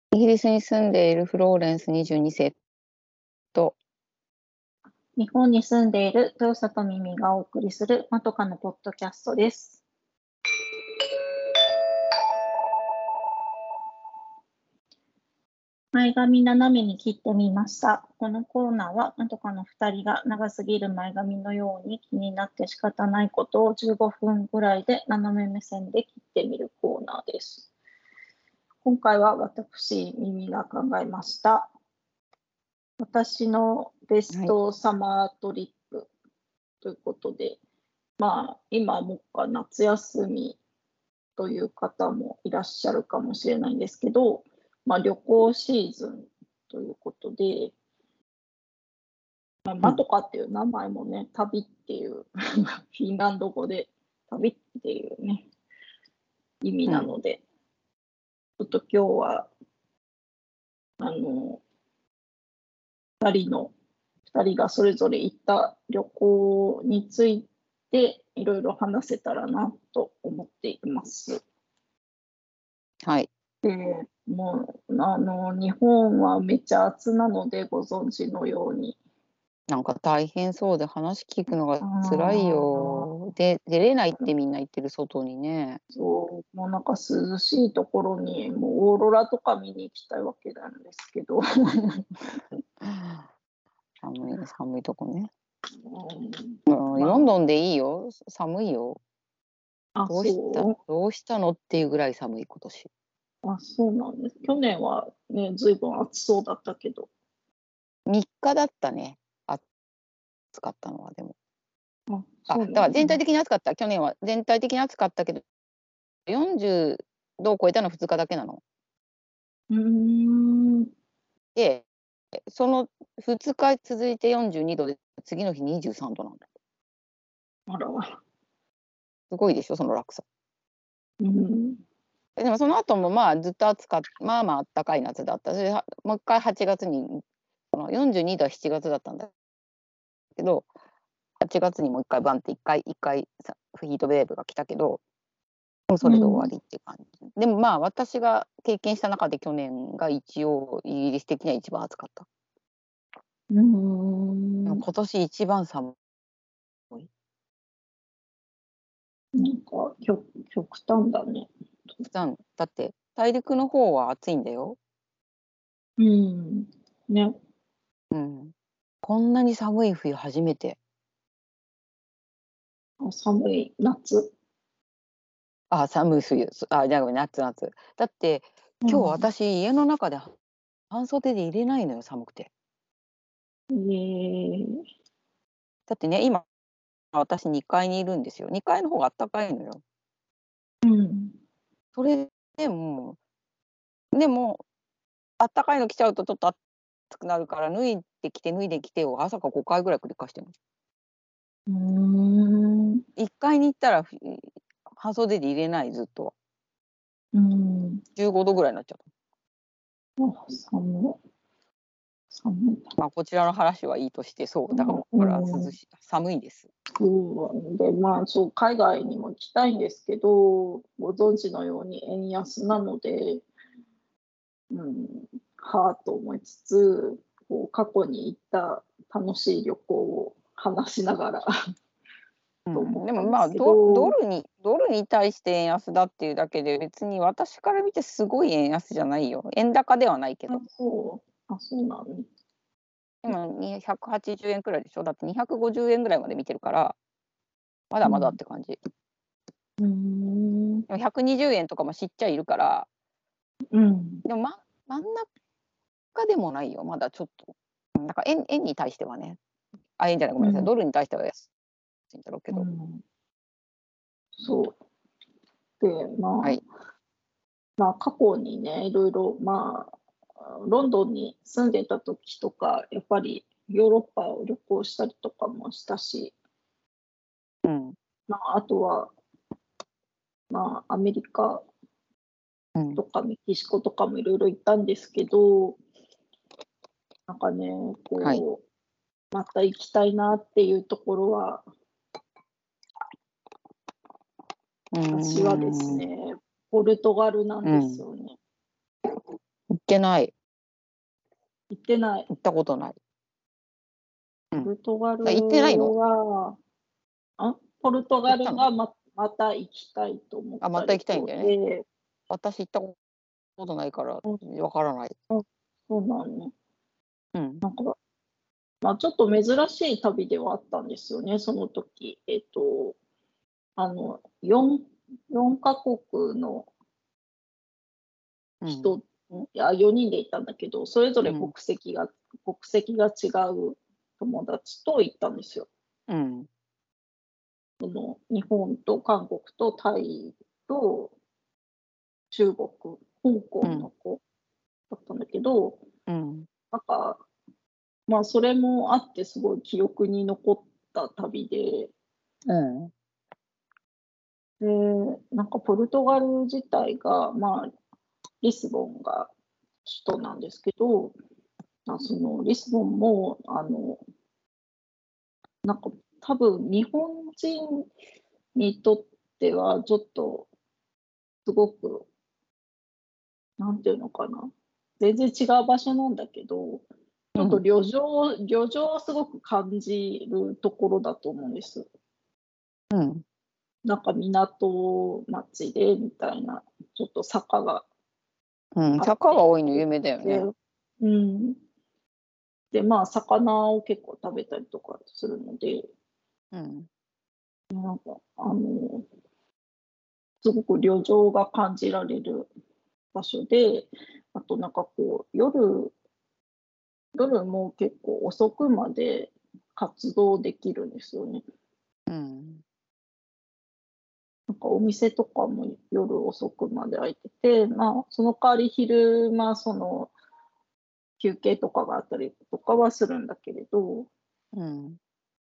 イギリスに住んでいるフローレンス22世と、 日本に住んでいる豊里耳がお送りするまとかのポッドキャストです。前髪斜めに切ってみました。このコーナーはまとかの2人が長すぎる前髪のように気になって仕方ないことを15分ぐらいで斜め目線で切ってみるコーナーです。今回は私、耳が考えました。私のベストサマートリップということで、今もっか夏休みという方もいらっしゃるかもしれないんですけど、旅行シーズンということで、マトカっていう名前もね、旅っていうフィンランド語で旅っていうね、意味なので、ちょっと今日は、2人がそれぞれ行った旅行についていろいろ話せたらなと思っています。 はい。 でもう日本はめっちゃ暑なのでご存知のように。 なんか大変そうで話聞くのが辛いよ。で、出れないってみんな言ってる外にね。 そう、もうなんか涼しいところにもうオーロラとか見に行きたいわけなんですけど、 寒いとこね。ロンまドンでいいよ。寒いよ。どうしたのっていうぐらい寒い今年。 そうなんです。去年はね、ずいぶん暑そうだったけど。 3日だったね。暑かったのはでも。 そうだから全体なんだね。 的に暑かった。去年は全体的に暑かったけど、40度を超えたの2日だけなの。 うーん。 で、その2日続いて42度で、次の日23度なんだ。 あら。 すごいでしょ、その落差。 うん。 でもその後もずっとまあまあ暖かい夏だった。それでもう一回8月に、42度は7月だったんだけど、8月にもう一回バンって一回ヒートウェーブが来たけど、もうそれで終わりって感じ。でも私が経験した中で去年が一応イギリス的には一番暑かった。でも今年一番寒い。 なんか極端だね。 だって大陸の方は暑いんだよ。 うん。ね。 うん。こんなに寒い冬初めて。 寒い夏。 寒い冬。じゃあごめん、夏。だって、今日私、家の中で半袖で入れないのよ、寒くて。だってね、今、私2階にいるんですよ。2階の方が暖かいのよ。それでも、暖かいの着ちゃうとちょっと暑くなるから、脱いできてを朝から5回ぐらい繰り返してるの。1階に行ったら半袖で入れない、ずっと。15度ぐらいになっちゃった。 寒い。 こちらの話はいいとして、そう、だから寒いです。 で、海外にも行きたいんですけど、ご存知のように円安なので、はあと思いつつ、過去に行った楽しい旅行を話しながらと思でもったんですけど、 ドルに対して円安だっていうだけで、別に私から見てすごい円安じゃないよ。円高ではないけど。 そうなの。 今280円くらいでしょ。だって250円ぐらいまで見てるから、まだまだって感じ。でも120円とかも知っちゃいるから、でも真ん中でもないよ。まだちょっと。だから円に対してはね。円じゃない、ごめんなさい。ドルに対しては安いんだろうけど。 そう。で、 はい。 過去にね、いろいろ、ロンドンに住んでた時とか、やっぱりヨーロッパを旅行したりとかもしたし、あとは、アメリカとかメキシコとかもいろいろ行ったんですけど、なんかね、 はい。 また行きたいなっていうところは、私はですね、ポルトガルなんですよね。 けない。 行ってない。 行ったことない。 ポルトガル行ってないの？ は、ポルトガル行ったはの？ また行きたいと思っまた旅た行きたいん行だよね。 で、 私行ったことないからうんわからない。 そうなの。 うん。 なんか、ちょっと珍しい旅ではあったんですよね、その時。4カ国のうん。 人、4人で行ったんだけど、それぞれうん。 国籍が違う友達と行ったんですよ。 うん。 日本と韓国とタイと中国、香港の子だったんだけど、 うん。 なんか、それもあってすごい記憶に残った旅で、 うん。 で、なんかポルトガル自体が、リスボンが首都なんですけど、そのリスボンも、なんか多分日本人にとってはちょっとすごく、なんていうのかな、全然違う場所なんだけど、ちょっと旅情をすごく感じるところだと思うんです。 うん。 なんか港町でみたいな、ちょっと坂がうん。 あっ坂がて、 多いの有名だよで、 ね。 うん。で、魚を結構食べたりとかするので、 うん。 なんか、すごく旅情が感じられる場所で、あとなんかこう、夜も結構遅くまで活動できるんですよね。 うん。 なんかお店とかも夜遅くまで開いてて、その代わり昼間、その休憩とかがあったりとかはするんだけれど、 うん。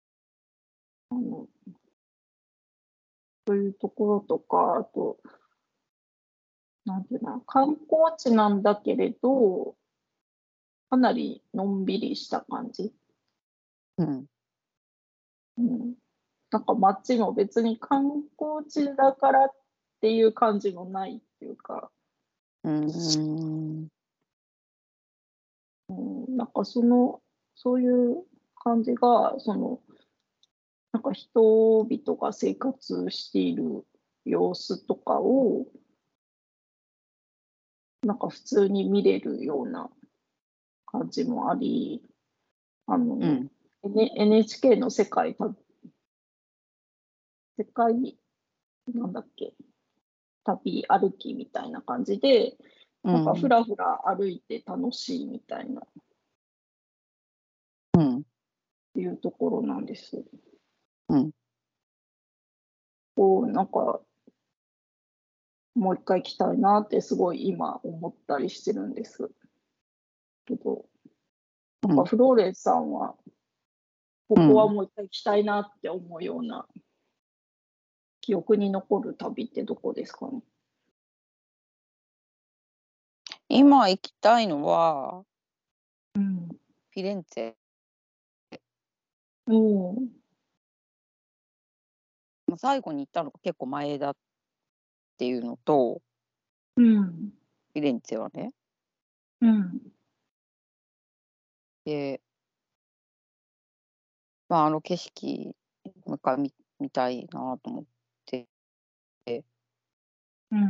そういうところとか、あと、なんていうの、観光地なんだけれど、かなりのんびりした感じ。 うん。 うん、なんか街も別に観光地だからっていう感じもないっていうか、 うん。 なんかそういう感じが、なんか人々が生活している様子とかを、なんか普通に見れるような感じもあり、あの、 うん。 NHK の世界、なんだっけ、旅歩きみたいな感じで、なんかふうん。 らふら歩いて楽しいみたいな、っうん。 ていうところなんです。 うん。 なんか、もう一回行きたいなってすごい今思ったりしてるんですけど、なんかフローレンスさんは、ここはうん。 もう一回行きたいなって思うような記憶に残る旅ってどこですかね？ 今行きたいのはうん。 フィレンツェ。 うん。 最後に行ったのが結構前だっていうのと、 うん。 フィレンツェはね。 うん。 で、あの景色、もう一回見たいなと思って、 うん。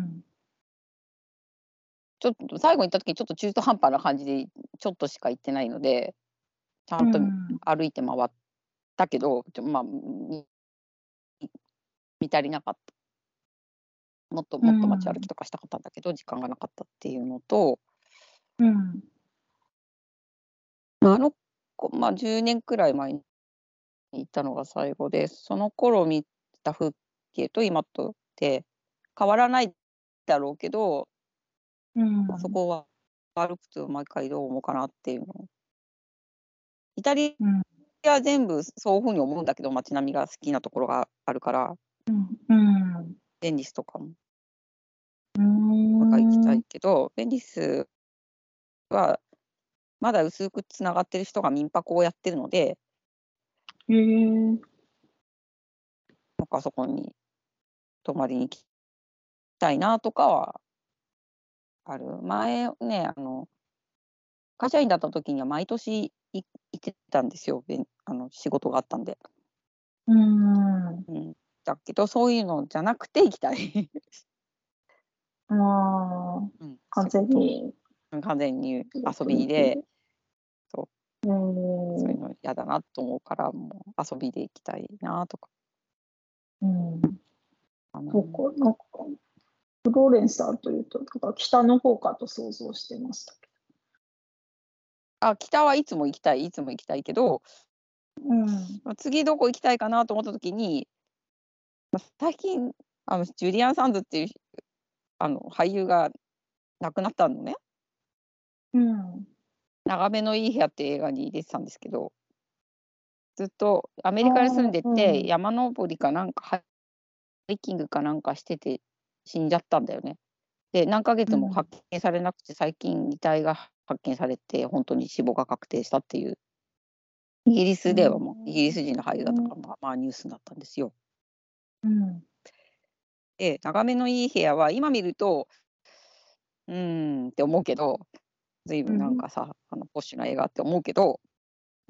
ちょっと最後に行った時にちょっと中途半端な感じで、ちょっとしか行ってないので、ちゃうんとん。 歩いて回ったけど、見足りなかった。 うもっと街歩きん。 とかしたかったんだけど、時間がなかったっていうのと、 うん。 あの10年くらい前に行ったのが最後で、その頃見た風景と今とって変わらないだろうけど、 うん。 そこは歩くと毎回どう思うかなっていうの。イタリうん。 ア全部そういう風に思うんだけど、街並みが好きなところがあるから、 うん。 ベニスとかもうん。 行きたいけど、ベニスはまだ薄くつながってる人が民泊をやってるので、 へえ。 なんかそこに泊まりに行きたいなとかはある。前ね、 会社員だった時には毎年行ってたんですよ、仕事があったんで。 うん。 だけど、そういうのじゃなくて行きたい。 ああ、完全に完全に遊仕びで、 うそういうん。 の嫌だなと思うから、もう遊びで行きたいなとか。 うん。 あのそうか、なんか、フローレンスさんというと、なんか北の方かと想像してましたけ北はいつも行きたい、いつも行きたいけど、 ど。 次どこ行きたいかなと思った時に、最近、ジュリアン・サンズっていう俳優が亡くなったのね。 うん。 眺めのいい部屋って映画に出てたんですけど、ずっとアメあリカに住んあ、 でて、 うん。 山登りかなんかハイキングかなんかしてて死んじゃったんだよね。で、何ヶ月もうん。 発見されなくて、最近遺体が発見されて、本当に死亡が確定したっていう、イギリスではもうイギリス人の俳優だったから、ニュースになったんですよ。 うん。 で、眺めのいい部屋は今見ると、って思うけど、随分なんうん。 かさ、ポッシュな映画って思うけど、 うん。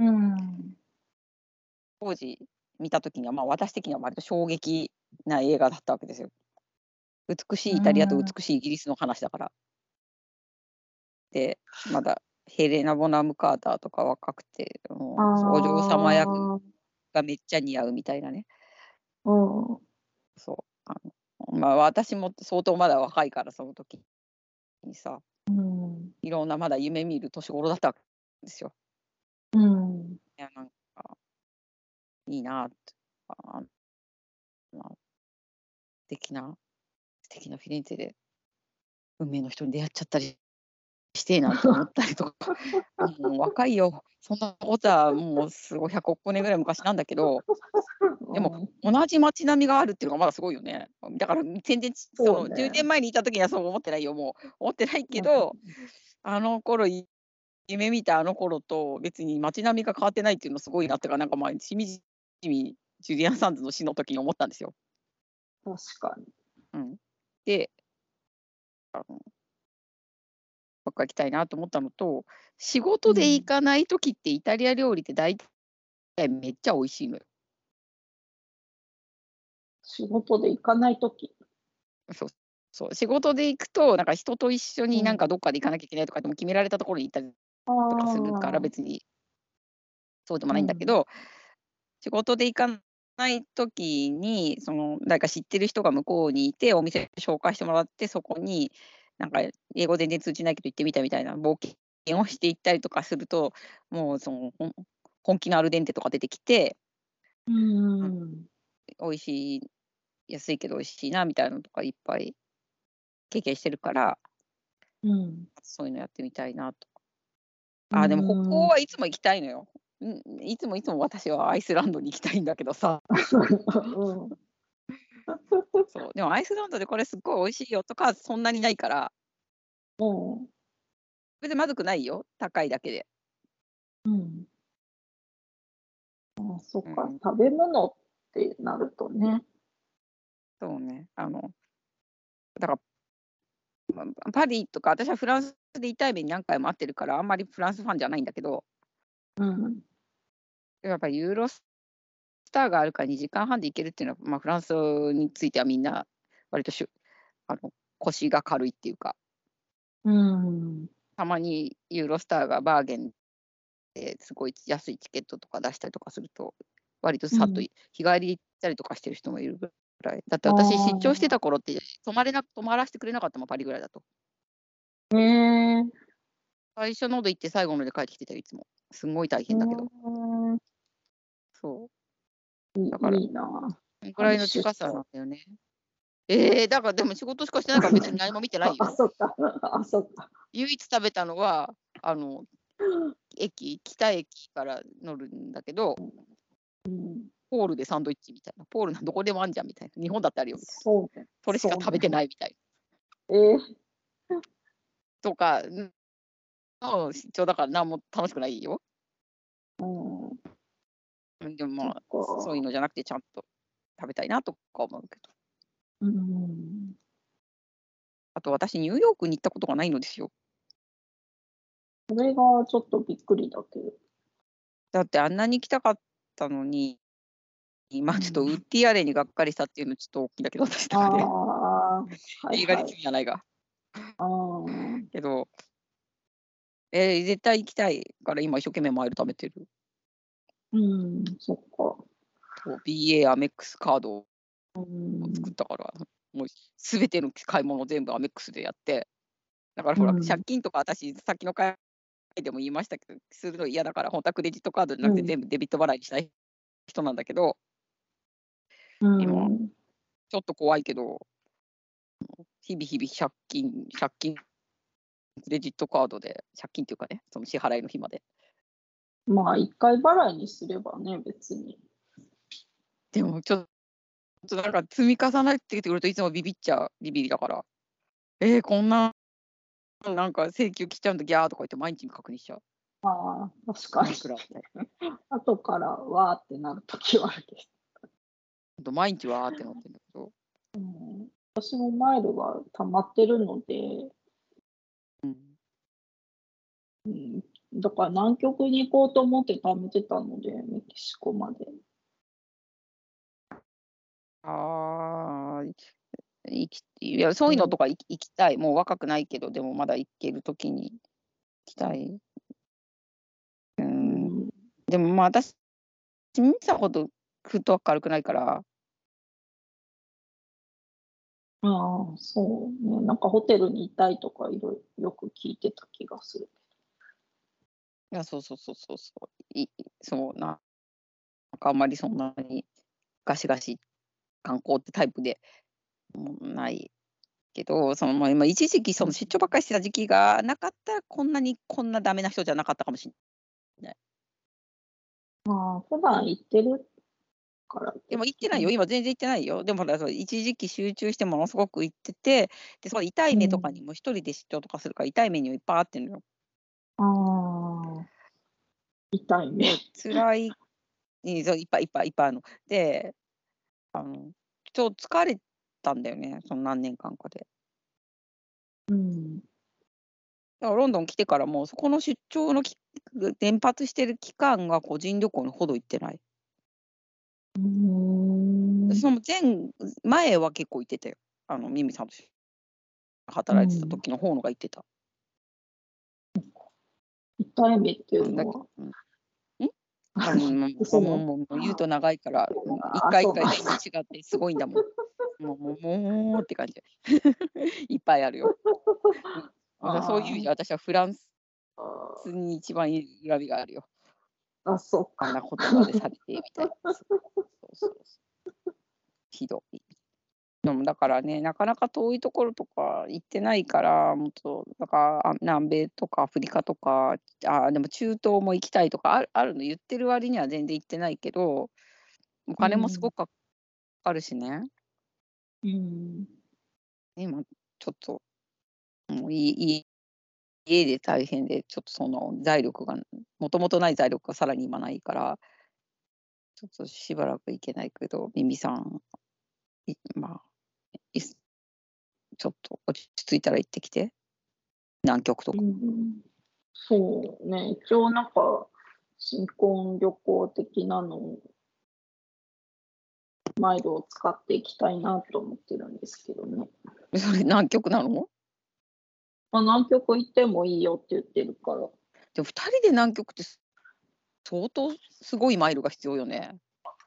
当時見た時には、私的には割と衝撃な映画だったわけですよ。美しいイタリアと美しいイギリスの話だから。で、まだヘレナ・ボナム・カーターとか若くて、 あお嬢様役あ、 がめっちゃ似合うみたいなね。 うん。 そう。私も相当まだ若いから、その時にさ、 うん。 いろんなまだ夢見る年頃だったわけですよ。 うん。 いや、なんか、いいなって、あ素敵なフィレンツェで運命の人に出会っちゃったりしてえなんて思ったりとか、もう若いよ。そんなことはもうすごい100億年ぐらい昔なんだけど、でもうん。 同じ街並みがあるっていうのがまだすごいよね。だから全然10 そうね。 年前にいた時にはそう思ってないよ、もう。思ってないけうん。 ど、あの頃夢見たあの頃と別に街並みが変わってないっていうのすごいなってか、なんかしみじみジュリアン・サンズの死の時に思ったんですよ。 確かに。 うん。で、あの、どっか行きたいなと思ったのと、仕事で行うん。 かない時ってイタリア料理って大体めっちゃ美味しいのよ。 仕事で行かないとき。 そう。そう。仕事で行くと、なんか人と一緒になんうん。 かどっかで行かなきゃいけないとかでも決められたところに行ったりあとかするから、 あ、 別にそうでもうん。 ないんだけど、仕事で行かない時に、誰か知ってる人が向こうにいて、お店紹介してもらって、そこになんか英語全然通じないけど行ってみたみたいな冒険をしていったりとかすると、もう本気のアルデンテとか出てきて、 うん。 美味しい、安いけど美味しいなみたいなのとかいっぱい経験してるから、 うん。 そういうのやってみたいなと。 うでも北ん。 欧はいつも行きたいのよ。いつも私はアイスランドに行きたいんだけどさ。 うん。 そう、でもアイスランドでこれすっごい美味しいよとかそんなにないから、 うん。 それでまずくないよ、高いだけで。 うん。あ、そっか、 うん、 食べ物ってなるとね。 そうね。だから、パリとか、私はフランスで痛い目に何回も遭ってるから、あんまりフランスファンじゃないんだけど、 うん。 やっぱりユーロスターがあるから2時間半で行けるっていうのは、フランスについてはみんな割と腰が軽いっていうか、 うん。 たまにユーロスターがバーゲンですごい安いチケットとか出したりとかすると、割とさっとうん。 日帰りで行ったりとかしてる人もいるぐらい。だってあ私出張してあ。 た頃って泊まらせてくれなかったもん、パリぐらいだと。 ええ。 最初ので行って最後ので帰ってきてたよ、いつも。すんごい大う変だけど。 ーん。 そう。だから、 いいな。 そんぐらいパリの近さなん出張。 だよね。だからでも仕事しかしてないから別に何も見てないあ、 よ。 そっか。あ、そっか。 唯一食べたのは、北駅から乗るんだけど、 うん。 ポールでサンドイッチみたいな。ポールどこでもあんじゃんみたいな。日本だってあるよみたいな。 そうね。 それしか食べてそうね。 ないみたいな。 ええ。 とかの出張だから何も楽しくないよ。 うん。 でもそっそういうか。 のじゃなくてちゃんと食べたいなとか思うけど。 うん。 あと私ニューヨークに行ったことがないのですよ。 それがちょっとびっくりだけど。 だってあんなに行きたかったのに、今ちょっとウッディアレンにがっかりしたっていうのちょっと大きいんだけど、私のあ中で。 あ、はい映画にはい。 罪はないが。 ああ、 けど、絶対行きたいから今一生懸命マイル貯めてる。 うん、そっか。 BA アメックスカードをうん、 作ったから、もうすべての買い物全部アメックスでやって、だからほら、借金とか私、先の回でも言いましたけど、するの嫌だから、本当はクレジットカードじゃなくて全部デビット払いにしたい人なんだけど、今、ちょっと怖いけど、日々借金、クレジットカードで、借金っていうかね、その支払いの日まで。 まあ、一回払いにすればね、別に。 でも、ちょっとなんか積み重なってきてくるといつもビビりだから、こんな、なんか請求来ちゃうんだ、ギャーとか言って毎日確認しちゃう。 ああ、確かに。 いくらって。 後からわーってなるときはあるけ毎日はーってなってるんだけど。 ど、私もマイルは溜まってるので、だから南極に行こうと思って貯めてたので、メキシコまで。 ああ、いや、そういうのとか行きたい。もう若くないけど、でもまだ行けるときに行きたい。でもまあ私、ミサほどフットワーク軽くないから。 ああ、そうね。なんかホテルにいたいとかいろいろよく聞いてた気がする。 いや、そう。なんかあんまりそんなにガシガシ観光ってタイプでもないけど、今一時期その出張ばっかりしてた時期がなかったらこんなダメな人じゃなかったかもしれない。 ああ、普段行ってるからってでもこ行ってないよ。 とね。 今全然行ってないよ。でも一時期集中してものすごく行ってて、で、その痛い目とかにも一人で出張とかするから痛い目にはいっぱいあってるのよ。 ああ、痛い目。 辛い、そういっぱいあるの。で、ちょっと疲れたんだよね、その何年間かで。だからロンドン来てからも、そこの出張の連発してる期間が個人旅行にほど行ってない。その前は結構行ってたよ。ミミさんと働いてた時の方のが行ってた。 痛い目っていうのは。 もう言うと長いから、一回一回全然違ってすごいんだもん。もうって感じ。いっぱいあるよ。そういう意味じゃ私はフランスに一番恨みがあるよ。 あ、そっあんなか。 言葉でされてみたいな。そう。ひどい。でもだからね、なかなか遠いところとか行ってないから、もっと、だから南米とかアフリカとか、でも中東も行きたいとかあるの言ってる割には全然行ってないけど、お金もすごくかかるしね。今、ちょっと、もう家で大変で、ちょっとその財力が、もともとない財力がさらに今ないから、ちょっとしばらく行けないけど、ミミさん、まあ、ちょっと落ち着いたら行ってきて。南極とか。 そうね、一応なんか、新婚旅行的なのマイルを使っていきたいなと思ってるんですけどね。 それ南極なの？ 南極行ってもいいよって言ってるから。 でも2人で南極って相当すごいマイルが必要よね。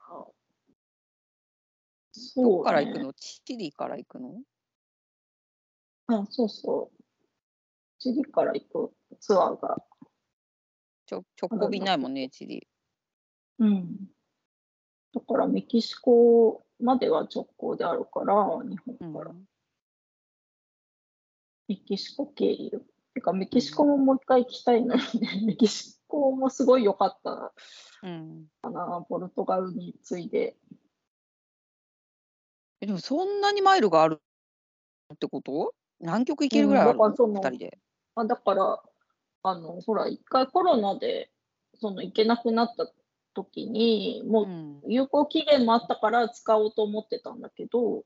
どっから行くの？チリから行くの？ そうそう。チリから行くツアーが。 直行便ないもんね、チリ。 だからメキシコまでは直行であるから、日本から。メキシコ経由。てか、メキシコももう一回行きたいのよね。メキシコもすごい良かったかな、ポルトガルに次いで。 でもそんなにマイルがあるってこと？南極行けるぐらいあるの？2人で。 だから、ほら、一回コロナで、行けなくなった時に、もう有効期限もあったから使おうと思ってたんだけど、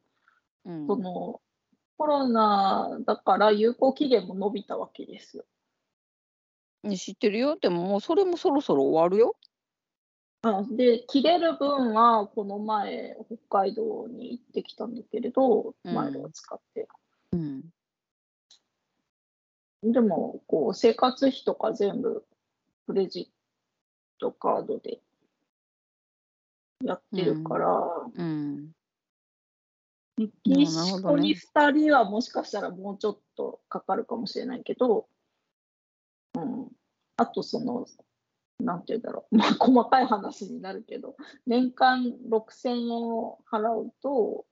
コロナだから有効期限も伸びたわけですよ。 知ってるよ。でももうそれもそろそろ終わるよ。 で、切れる分はこの前北海道に行ってきたんだけれど、マイルをうん。 使って。 うん。 でも、こう生活費とか全部クレジットカードでやってるかうん。 ら、 うん。 メキなるほシコにどね。 2人はもしかしたらもうちょっとかかるかもしれないけど、あとなんて言うんだろう、まあ、細かい話になるけど、年間6000円を払うと、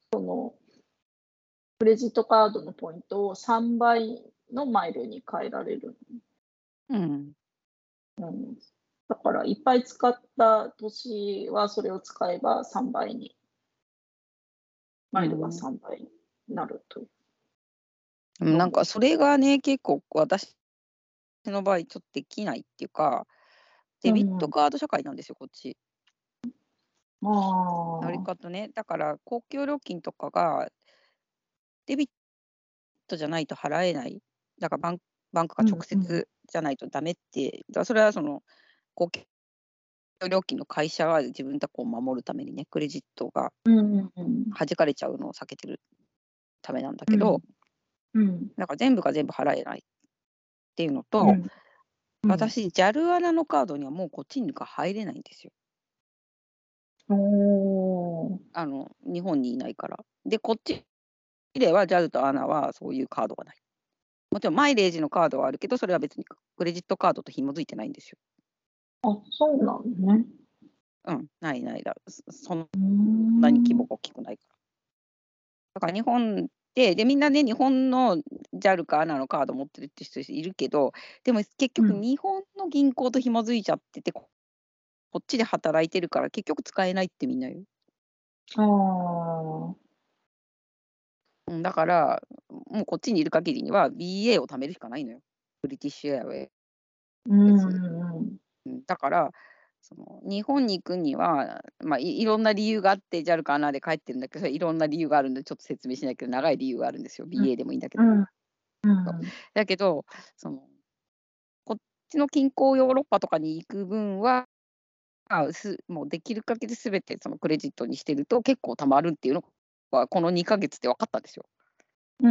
クレジットカードのポイントを3倍のマイルに変えられる。 うん。 うん、だからいっぱい使った年はそれを使えば3倍に、マイルがうん。 3倍になるというなんかそもんです。 れがね、結構私の場合ちょっとできないっていうか、デビットうん。 カード社会なんですよ、こっち。 あ乗りあ。 方ね。だから公共料金とかがデビットじゃないと払えない。だからバンクが直うんうん。 接じゃないとダメって、それはその公共料金の会社は自分たこう守るためにね、クレジットがうんうんうん。 弾かれちゃうのを避けてるためなんだけど、 うん。うん。 だから全部が全部払えないっていうのと、 うん。うん。 私、JAL アナのカードにはもうこっちにが入れないんですよ。 おお。 日本にいないから。で、こっちでは JAL と ANA はそういうカードがない。もちろんマイレージのカードはあるけど、それは別にクレジットカードと紐づいてないんですよ。 あ、そうなのね。 うん、ないないだ。そんうーなに規模ん。 が大きくないから。だから日本で、みんなね、日本の JAL か ANA のカード持ってるって人いるけど、でも結局うん。 日本の銀行と紐づいちゃってて、こっちで働いてるから結局使えないってみんな言う。 ああ。 だから、もうこっちにいる限りには BA を貯めるしかないのよ。ブリティッシュエアウェうんうイズ。 んうん。 だから、日本に行くには、いろんな理由があって、JAL か ANA で帰ってるんだけど、いろんな理由があるんで、ちょっと説明しないけど、長い理由があるんですよ。 うん。 BA でもいいんだけど。 うん。うん。 だけど、その、こっちの近郊ヨーロッパとかに行く分は、もうできる限り全てそのクレジットにしてると結構貯まるっていうのは、この2ヶ月で分かったんですよ。 うん。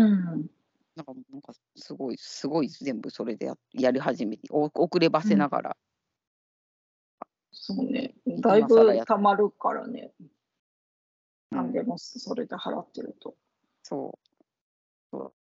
なんかすごい全部それでやり始めて、遅ればうん。 せながら、 そうね。だい今更ぶ貯まるからね。なんでうん、 もそれで払ってると。 そう、そう。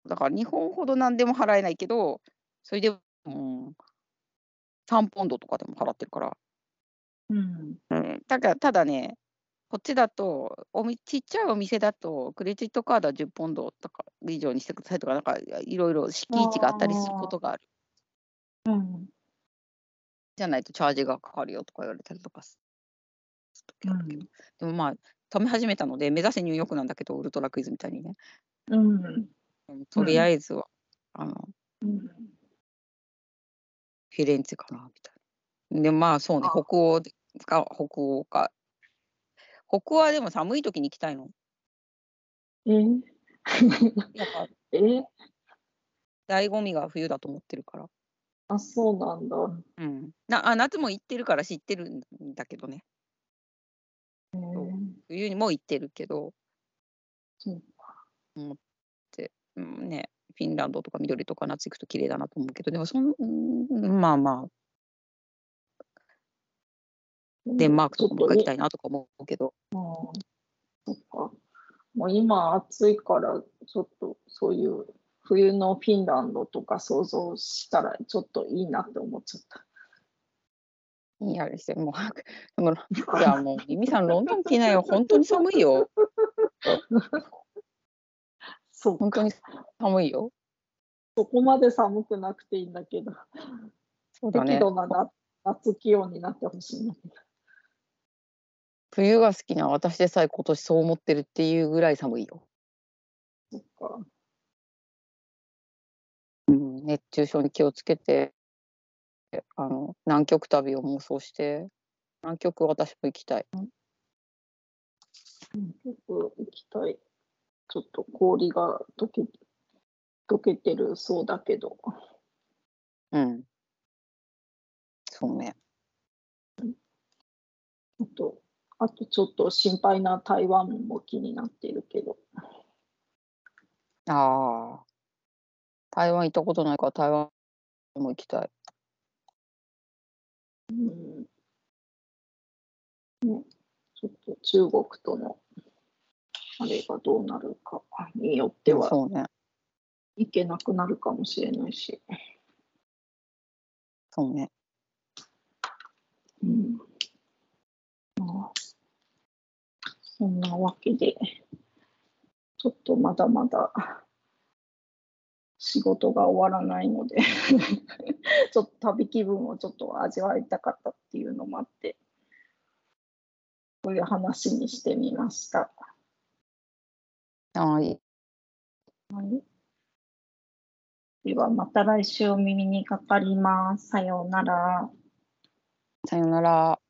だから日本ほどなんでも払えないけど、それでも、3ポンドとかでも払ってるから。 うん。 ただね、こっちだと、ちっちゃいお店だと、クレジットカードは10ポンドとか以上にしてくださいとか、なんかいろいろあ敷地があったりするこあ。 とがある。 うん。 じゃないとチャージがかかるよとか言われたりとかする時あるけど。 うん。 でも貯め始めたので、目指せニューヨークなんだけど、ウルトラクイズみたいにね。 うん。 とりあうん。 えずは、あの、 うん。 フィレンツェかなみたいな。で、そうね、 あ、 北欧か。北欧はでも寒い時に行きたいの。 えやっぱえ醍醐味が冬だと思ってるから。 あ、そうなんだ。 うん。夏も行ってるから知ってるんだけどね。そう。冬にも行ってるけど、 そう。 思って、ね、フィンランドとか緑とか夏行くと綺麗だなと思うけど、でもデンマークとかも一回行きちょっとたいなとか思うけど。 ああ、そっか。もう今暑いから、ちょっとそういう冬のフィンランドとか想像したらちょっといいなって思っちゃった。 いいやですよ、もう早く。いや、もうミミさんロンドン来なよ。本当に寒いよ。 そうか。 本当に寒いよ。 そこまで寒くなくていいんだけど、適そうだね。 度な夏気温になってほしいんだけど。 冬が好きな私でさえ今年そう思ってるっていうぐらい寒いよ。 そっか。 熱中症に気をつけて、南極旅を妄想して、南極私も行きたい。 結構行きたい。ちょっと氷が溶けてるそうだけど。 うん。 そうね。 あとちょっと心配な台湾も気になっているけど。 ああ。台湾行ったことないから台湾も行きたい。 ね、ちょっと中国とのあれがどうなるかによってはそうね。 行けなくなるかもしれないし。 そうね。 まあ、そんなわけで、ちょっとまだまだ仕事が終わらないのでちょっと旅気分をちょっと味わいたかったっていうのもあって、こういう話にしてみました。 はい。 はい、ではまた来週お耳にかかります。さようなら。 さよなら。